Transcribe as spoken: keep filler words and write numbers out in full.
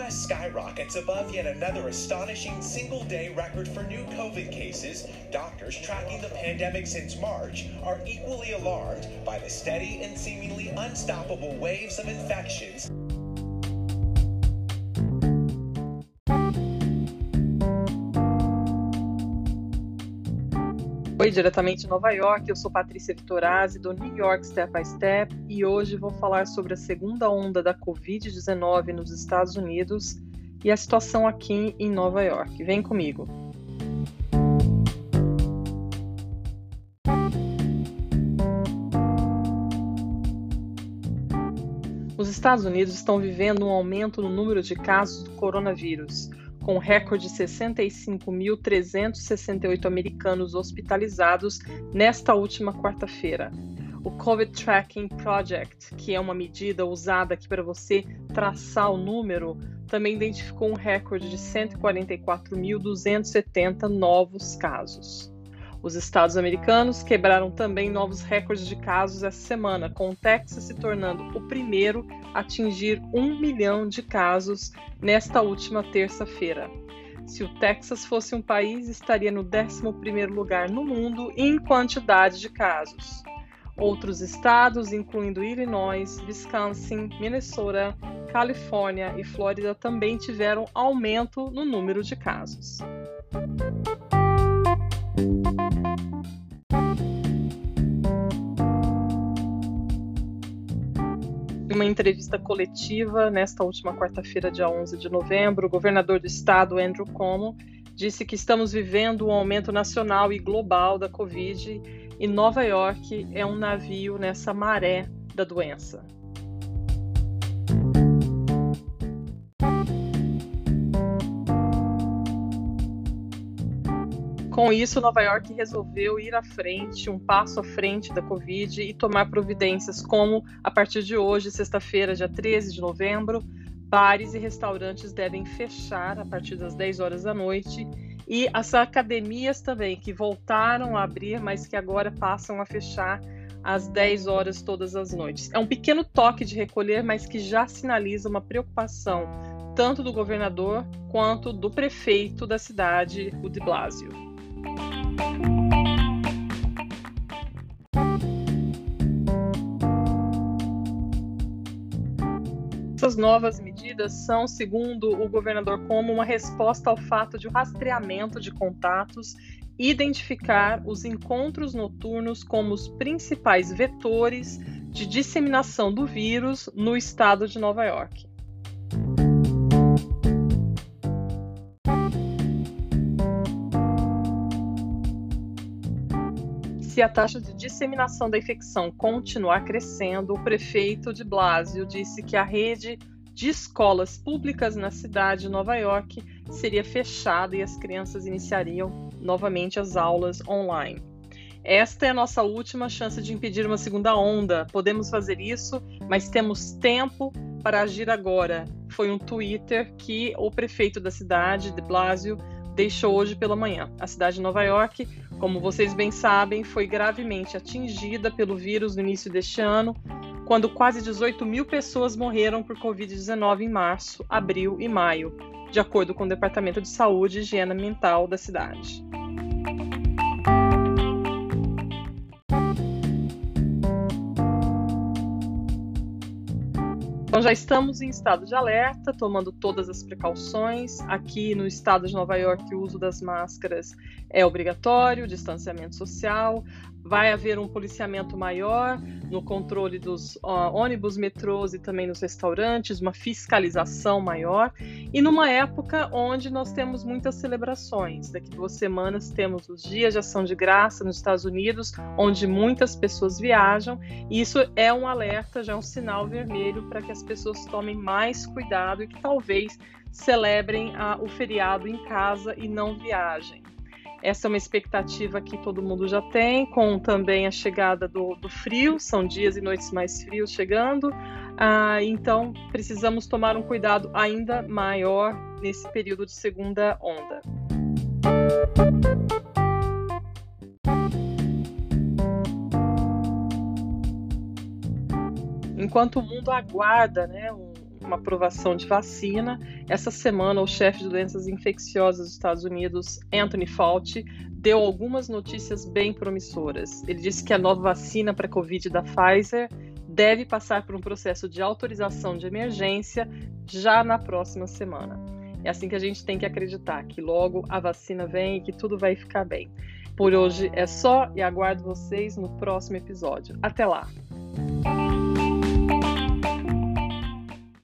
S skyrockets above yet another astonishing single-day record for new COVID cases, doctors tracking the pandemic since March are equally alarmed by the steady and seemingly unstoppable waves of infections. Oi, diretamente de Nova York, eu sou Patrícia Vitorazzi, do New York Step by Step, e hoje vou falar sobre a segunda onda da covid dezenove nos Estados Unidos e a situação aqui em Nova York. Vem comigo! Os Estados Unidos estão vivendo um aumento no número de casos do coronavírus, com um recorde de sessenta e cinco mil trezentos e sessenta e oito americanos hospitalizados nesta última quarta-feira. O COVID Tracking Project, que é uma medida usada aqui para você traçar o número, também identificou um recorde de cento e quarenta e quatro mil duzentos e setenta novos casos. Os estados americanos quebraram também novos recordes de casos essa semana, com o Texas se tornando o primeiro a atingir um milhão de casos nesta última terça-feira. Se o Texas fosse um país, estaria no décimo primeiro lugar no mundo em quantidade de casos. Outros estados, incluindo Illinois, Wisconsin, Minnesota, Califórnia e Flórida, também tiveram aumento no número de casos. Em uma entrevista coletiva, nesta última quarta-feira, dia onze de novembro, o governador do estado, Andrew Cuomo, disse que estamos vivendo um aumento nacional e global da Covid e Nova York é um navio nessa maré da doença. Com isso, Nova York resolveu ir à frente, um passo à frente da Covid e tomar providências como, a partir de hoje, sexta-feira, dia treze de novembro, bares e restaurantes devem fechar a partir das dez horas da noite e as academias também, que voltaram a abrir, mas que agora passam a fechar às dez horas todas as noites. É um pequeno toque de recolher, mas que já sinaliza uma preocupação tanto do governador quanto do prefeito da cidade, o de Blasio. Essas novas medidas são, segundo o governador Cuomo, uma resposta ao fato de o rastreamento de contatos identificar os encontros noturnos como os principais vetores de disseminação do vírus no estado de Nova York. Se a taxa de disseminação da infecção continuar crescendo, o prefeito de Blasio disse que a rede de escolas públicas na cidade de Nova York seria fechada e as crianças iniciariam novamente as aulas online. Esta é a nossa última chance de impedir uma segunda onda. Podemos fazer isso, mas temos tempo para agir agora. Foi um Twitter que o prefeito da cidade, de Blasio, deixou hoje pela manhã. A cidade de Nova York, como vocês bem sabem, foi gravemente atingida pelo vírus no início deste ano, quando quase dezoito mil pessoas morreram por covid dezenove em março, abril e maio, de acordo com o Departamento de Saúde e Higiene Ambiental da cidade. Então já estamos em estado de alerta, tomando todas as precauções. Aqui no estado de Nova York, o uso das máscaras é obrigatório, distanciamento social. Vai haver um policiamento maior no controle dos uh, ônibus, metrôs e também nos restaurantes, uma fiscalização maior. E numa época onde nós temos muitas celebrações. Daqui a duas semanas temos os Dias de Ação de Graça nos Estados Unidos, onde muitas pessoas viajam. E isso é um alerta, já é um sinal vermelho para que as pessoas tomem mais cuidado e que talvez celebrem uh, o feriado em casa e não viajem. Essa é uma expectativa que todo mundo já tem, com também a chegada do, do frio, são dias e noites mais frios chegando, ah, então precisamos tomar um cuidado ainda maior nesse período de segunda onda. Enquanto o mundo aguarda, né, um uma aprovação de vacina. Essa semana, o chefe de doenças infecciosas dos Estados Unidos, Anthony Fauci, deu algumas notícias bem promissoras. Ele disse que a nova vacina para a Covid da Pfizer deve passar por um processo de autorização de emergência já na próxima semana. É assim que a gente tem que acreditar, que logo a vacina vem e que tudo vai ficar bem. Por hoje é só e aguardo vocês no próximo episódio. Até lá!